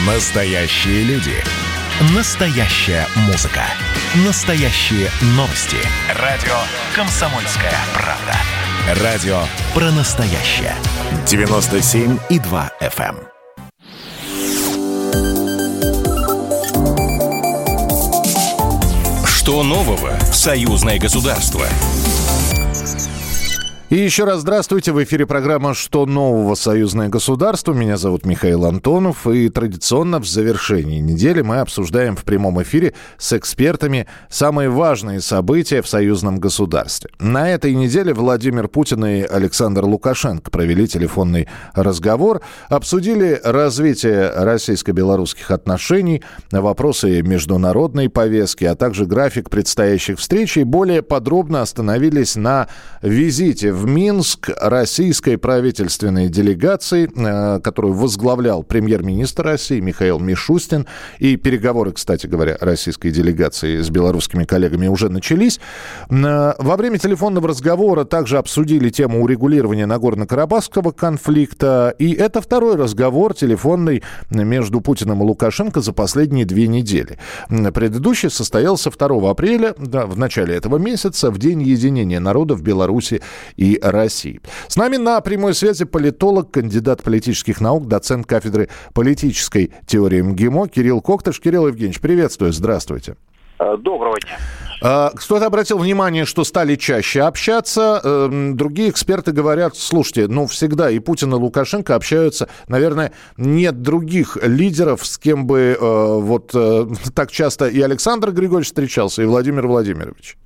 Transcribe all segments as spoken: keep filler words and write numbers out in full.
Настоящие люди. Настоящая музыка. Настоящие новости. Радио «Комсомольская правда». Радио про настоящее. девяносто семь и два эф эм. Что нового в союзное государство? И еще раз здравствуйте. В эфире программа «Что нового? Союзное государство». Меня зовут Михаил Антонов. И традиционно в завершении недели мы обсуждаем в прямом эфире с экспертами самые важные события в союзном государстве. На этой неделе Владимир Путин и Александр Лукашенко провели телефонный разговор, обсудили развитие российско-белорусских отношений, вопросы международной повестки, а также график предстоящих встреч, и более подробно остановились на визите в Минск российской правительственной делегации, которую возглавлял премьер-министр России Михаил Мишустин. И переговоры, кстати говоря, российской делегации с белорусскими коллегами уже начались. Во время телефонного разговора также обсудили тему урегулирования Нагорно-Карабахского конфликта. И это второй разговор телефонный между Путиным и Лукашенко за последние две недели. Предыдущий состоялся второго апреля, да, в начале этого месяца, в День единения народов Беларуси и России. С нами на прямой связи политолог, кандидат политических наук, доцент кафедры политической теории МГИМО Кирилл Коктыш. Кирилл Евгеньевич, приветствую, здравствуйте. Доброго дня. Кто-то обратил внимание, что стали чаще общаться. Другие эксперты говорят, слушайте, ну всегда и Путин, и Лукашенко общаются. Наверное, нет других лидеров, с кем бы вот так часто и Александр Григорьевич встречался, и Владимир Владимирович.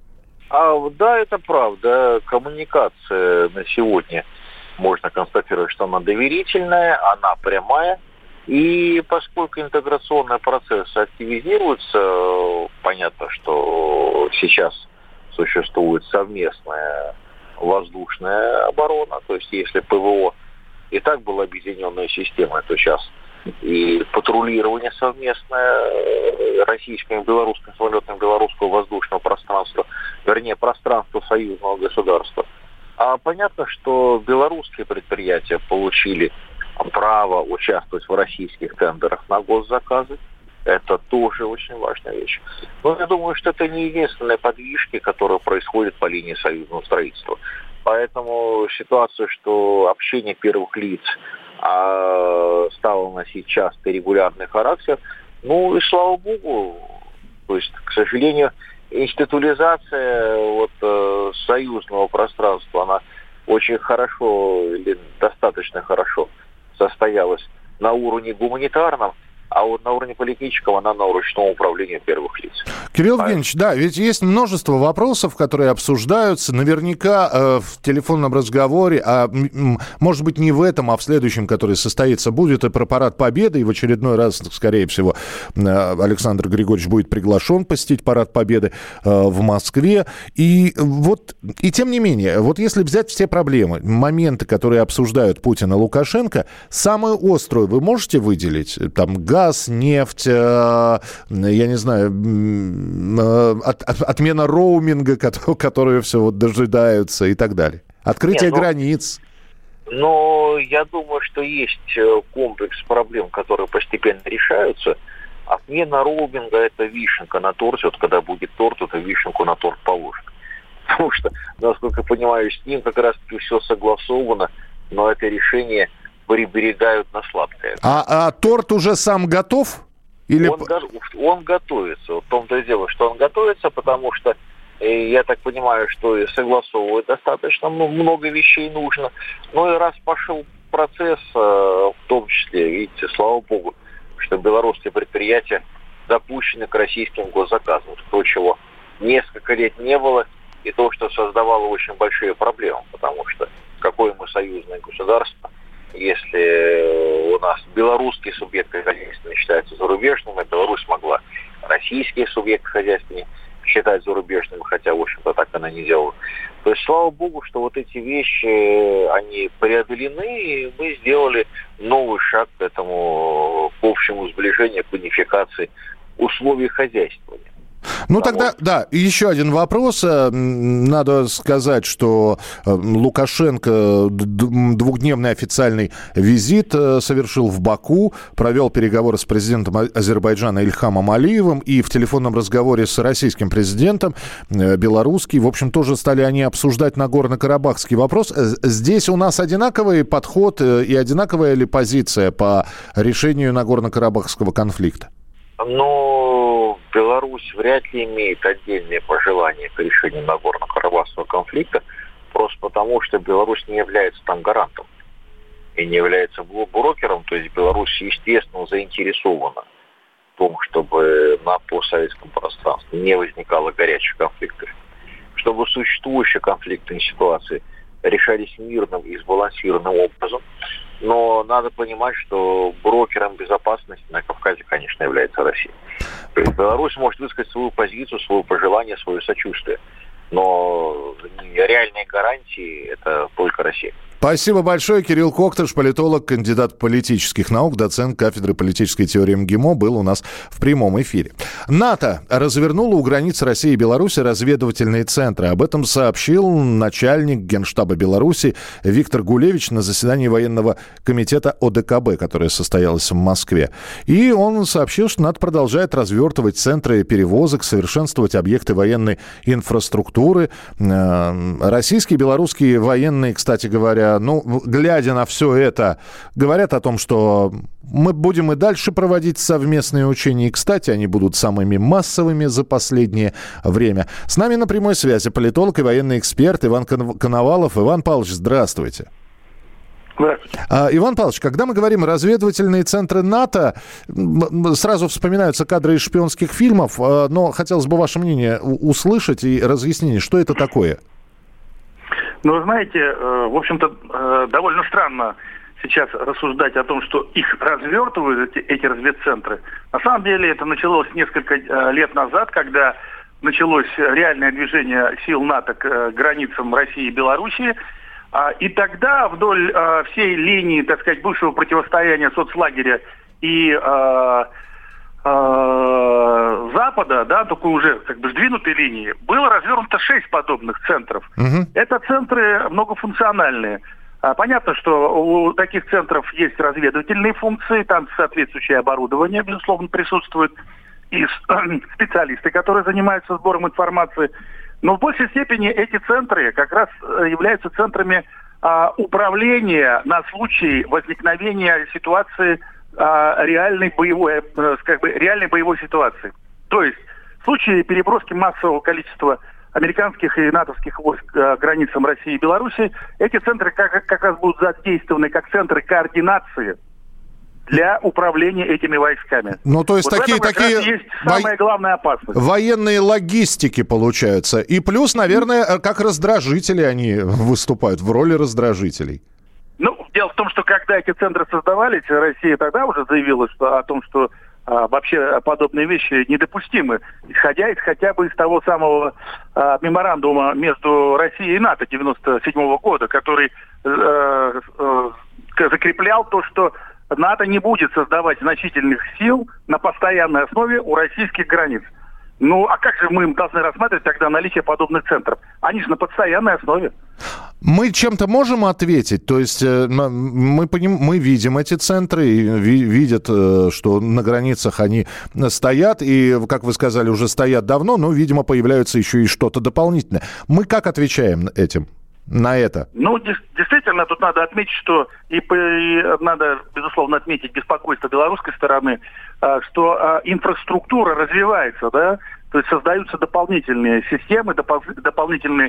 А, да, это правда. Коммуникация на сегодня, можно констатировать, что она доверительная, она прямая. И поскольку интеграционный процесс активизируется, понятно, что сейчас существует совместная воздушная оборона. То есть если ПВО и так была объединенная система, то сейчас и патрулирование совместное российским и белорусским самолетом белорусского воздушного пространства, вернее, пространства союзного государства. А понятно, что белорусские предприятия получили право участвовать в российских тендерах на госзаказы. Это тоже очень важная вещь. Но я думаю, что это не единственные подвижки, которые происходят по линии союзного строительства. Поэтому ситуация, что общение первых лиц а, стало носить частый регулярный характер, ну и слава богу. То есть, к сожалению, институализация вот, э, союзного пространства, она очень хорошо или достаточно хорошо состоялась на уровне гуманитарном, а вот на уровне политического она на ручном управлении первых лиц. Кирилл Евгеньевич, да, ведь есть множество вопросов, которые обсуждаются. Наверняка э, в телефонном разговоре, а м, может быть не в этом, а в следующем, который состоится, будет и про парад Победы. И в очередной раз, скорее всего, э, Александр Григорьевич будет приглашен посетить парад Победы э, в Москве. И вот, и тем не менее, вот если взять все проблемы, моменты, которые обсуждают Путин и Лукашенко, самую острую вы можете выделить? Там газ, нефть, э, я не знаю, э, от, от, отмена роуминга, который, которые все вот дожидаются и так далее. Открытие Нет, ну, границ. Но я думаю, что есть комплекс проблем, которые постепенно решаются. Отмена роуминга – это вишенка на торте. Вот когда будет торт, это вишенку на торт положит. Потому что, насколько я понимаю, с ним как раз-таки все согласовано, но это решение приберегают на сладкое. А, а торт уже сам готов? Или... Он, он готовится. Вот в том-то и дело, что он готовится, потому что, э, я так понимаю, что и согласовывать достаточно ну, много вещей нужно. Ну и раз пошел процесс, э, в том числе, видите, слава богу, что белорусские предприятия допущены к российским госзаказам. То, чего несколько лет не было, и то, что создавало очень большие проблемы, потому что какое мы союзное государство, если у нас белорусские субъекты хозяйственные считаются зарубежными, Беларусь могла российские субъекты хозяйственные считать зарубежными, хотя, в общем-то, так она не делала. То есть, слава богу, что вот эти вещи, они преодолены, и мы сделали новый шаг к этому, к общему сближению, к унификации условий хозяйствования. Ну, тогда, да, еще один вопрос. Надо сказать, что Лукашенко двухдневный официальный визит совершил в Баку, провел переговоры с президентом Азербайджана Ильхамом Алиевым, и в телефонном разговоре с российским президентом белорусский, в общем, тоже стали они обсуждать Нагорно-Карабахский вопрос. Здесь у нас одинаковый подход и одинаковая ли позиция по решению Нагорно-Карабахского конфликта? Но Беларусь вряд ли имеет отдельные пожелания к решению Нагорно-Карабахского конфликта, просто потому, что Беларусь не является там гарантом и не является брокером. То есть Беларусь, естественно, заинтересована в том, чтобы на постсоветском пространстве не возникало горячих конфликтов, чтобы существующие конфликтные ситуации решались мирным и сбалансированным образом. Но надо понимать, что брокером безопасности на Кавказе, конечно, является Россия. То есть Беларусь может высказать свою позицию, свое пожелание, свое сочувствие. Но реальные гарантии – это только Россия. Спасибо большое. Кирилл Коктыш, политолог, кандидат политических наук, доцент кафедры политической теории МГИМО, был у нас в прямом эфире. НАТО развернуло у границ России и Беларуси разведывательные центры. Об этом сообщил начальник Генштаба Беларуси Виктор Гулевич на заседании военного комитета О Д К Б, которое состоялось в Москве. И он сообщил, что НАТО продолжает развертывать центры перевозок, совершенствовать объекты военной инфраструктуры. Российские и белорусские военные, кстати говоря, ну, глядя на все это, говорят о том, что мы будем и дальше проводить совместные учения. И, кстати, они будут самыми массовыми за последнее время. С нами на прямой связи политолог и военный эксперт Иван Коновалов. Иван Павлович, здравствуйте. Здравствуйте. А, Иван Павлович, когда мы говорим разведывательные центры НАТО, сразу вспоминаются кадры из шпионских фильмов, но хотелось бы ваше мнение услышать и разъяснение, что это такое? Ну, вы знаете, в общем-то, довольно странно сейчас рассуждать о том, что их развертывают, эти, эти разведцентры. На самом деле это началось несколько лет назад, когда началось реальное движение сил НАТО к границам России и Белоруссии. И тогда вдоль всей линии, так сказать, бывшего противостояния соцлагеря и Запада, да, такой уже как бы сдвинутой линии, было развернуто шесть подобных центров. Uh-huh. Это центры многофункциональные. Понятно, что у таких центров есть разведывательные функции, там соответствующее оборудование, безусловно, присутствует, и специалисты, которые занимаются сбором информации. Но в большей степени эти центры как раз являются центрами а, управления на случай возникновения ситуации реальной боевой, как бы, реальной боевой ситуации. То есть в случае переброски массового количества американских и натовских войск к границам России и Беларуси, эти центры как, как раз будут задействованы как центры координации для управления этими войсками. Ну, то есть вот такие, такие есть самая главная опасность. Военные логистики получаются. И плюс, наверное, как раздражители они выступают, в роли раздражителей. Ну, дело в том, что когда эти центры создавались, Россия тогда уже заявила что, о том, что а, вообще подобные вещи недопустимы, исходя из хотя бы из того самого а, меморандума между Россией и НАТО девяносто седьмого года, который а, а, закреплял то, что НАТО не будет создавать значительных сил на постоянной основе у российских границ. Ну, а как же мы должны рассматривать тогда наличие подобных центров? Они же на постоянной основе. Мы чем-то можем ответить? То есть мы, поним, мы видим эти центры, и видят, что на границах они стоят, и, как вы сказали, уже стоят давно, но, видимо, появляется еще и что-то дополнительное. Мы как отвечаем этим? На это? Ну, действительно, тут надо отметить, что и, и надо, безусловно, отметить беспокойство белорусской стороны, что инфраструктура развивается, да, то есть создаются дополнительные системы, допол- дополнительные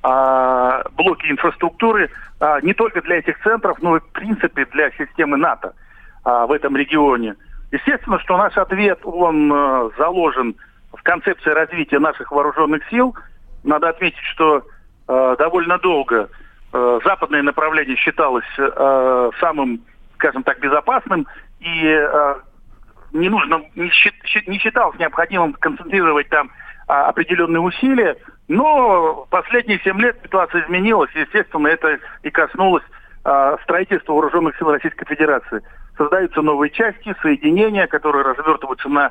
а, блоки инфраструктуры а, не только для этих центров, но и, в принципе, для системы НАТО а, в этом регионе. Естественно, что наш ответ, он а, заложен в концепции развития наших вооруженных сил. Надо отметить, что довольно долго э, западное направление считалось э, самым, скажем так, безопасным, и э, не нужно, не, счит, не считалось необходимым концентрировать там э, определенные усилия, но последние семь лет ситуация изменилась, и, естественно, это и коснулось э, строительства вооруженных сил Российской Федерации. Создаются новые части, соединения, которые развертываются на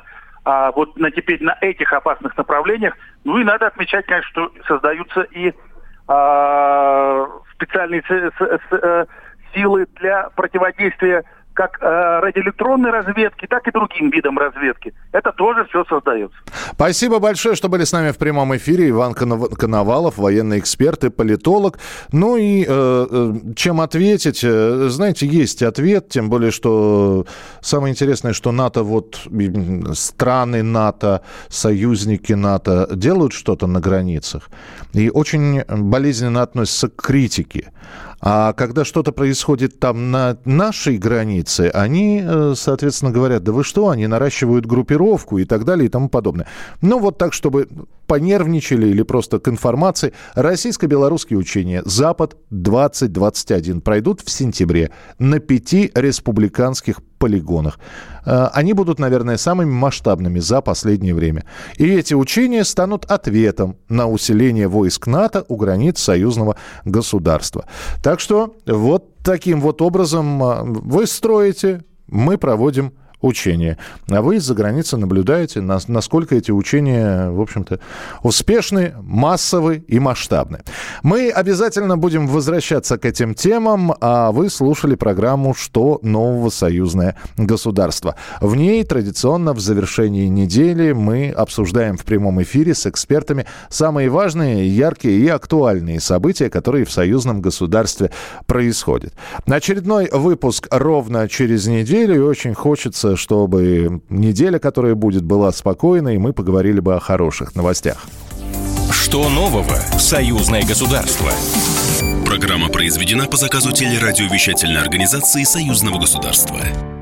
а, вот на, теперь на этих опасных направлениях. Ну и надо отмечать, конечно, что создаются и а, специальные с, с, с, силы для противодействия как э, радиоэлектронной разведки, так и другим видам разведки. Это тоже все создается. Спасибо большое, что были с нами в прямом эфире. Иван Коновалов, военный эксперт и политолог. Ну и э, чем ответить? Знаете, есть ответ, тем более, что самое интересное, что НАТО, вот страны НАТО, союзники НАТО делают что-то на границах и очень болезненно относятся к критике. А когда что-то происходит там на нашей границе, они, соответственно, говорят, да вы что, они наращивают группировку и так далее и тому подобное. Ну вот так, чтобы понервничали или просто к информации, российско-белорусские учения «Запад-двадцать двадцать один» пройдут в сентябре на пяти республиканских полигонах. Они будут, наверное, самыми масштабными за последнее время. И эти учения станут ответом на усиление войск НАТО у границ союзного государства. Так что вот таким вот образом вы строите, мы проводим учения. А вы из-за границы наблюдаете, насколько эти учения, в общем-то, успешны, массовы и масштабны. Мы обязательно будем возвращаться к этим темам, а вы слушали программу «Что нового союзное государство?». В ней традиционно в завершении недели мы обсуждаем в прямом эфире с экспертами самые важные, яркие и актуальные события, которые в союзном государстве происходят. Очередной выпуск ровно через неделю, и очень хочется, чтобы неделя, которая будет, была спокойной, и мы поговорили бы о хороших новостях. Что нового в союзное государство? Программа произведена по заказу телерадиовещательной организации Союзного государства.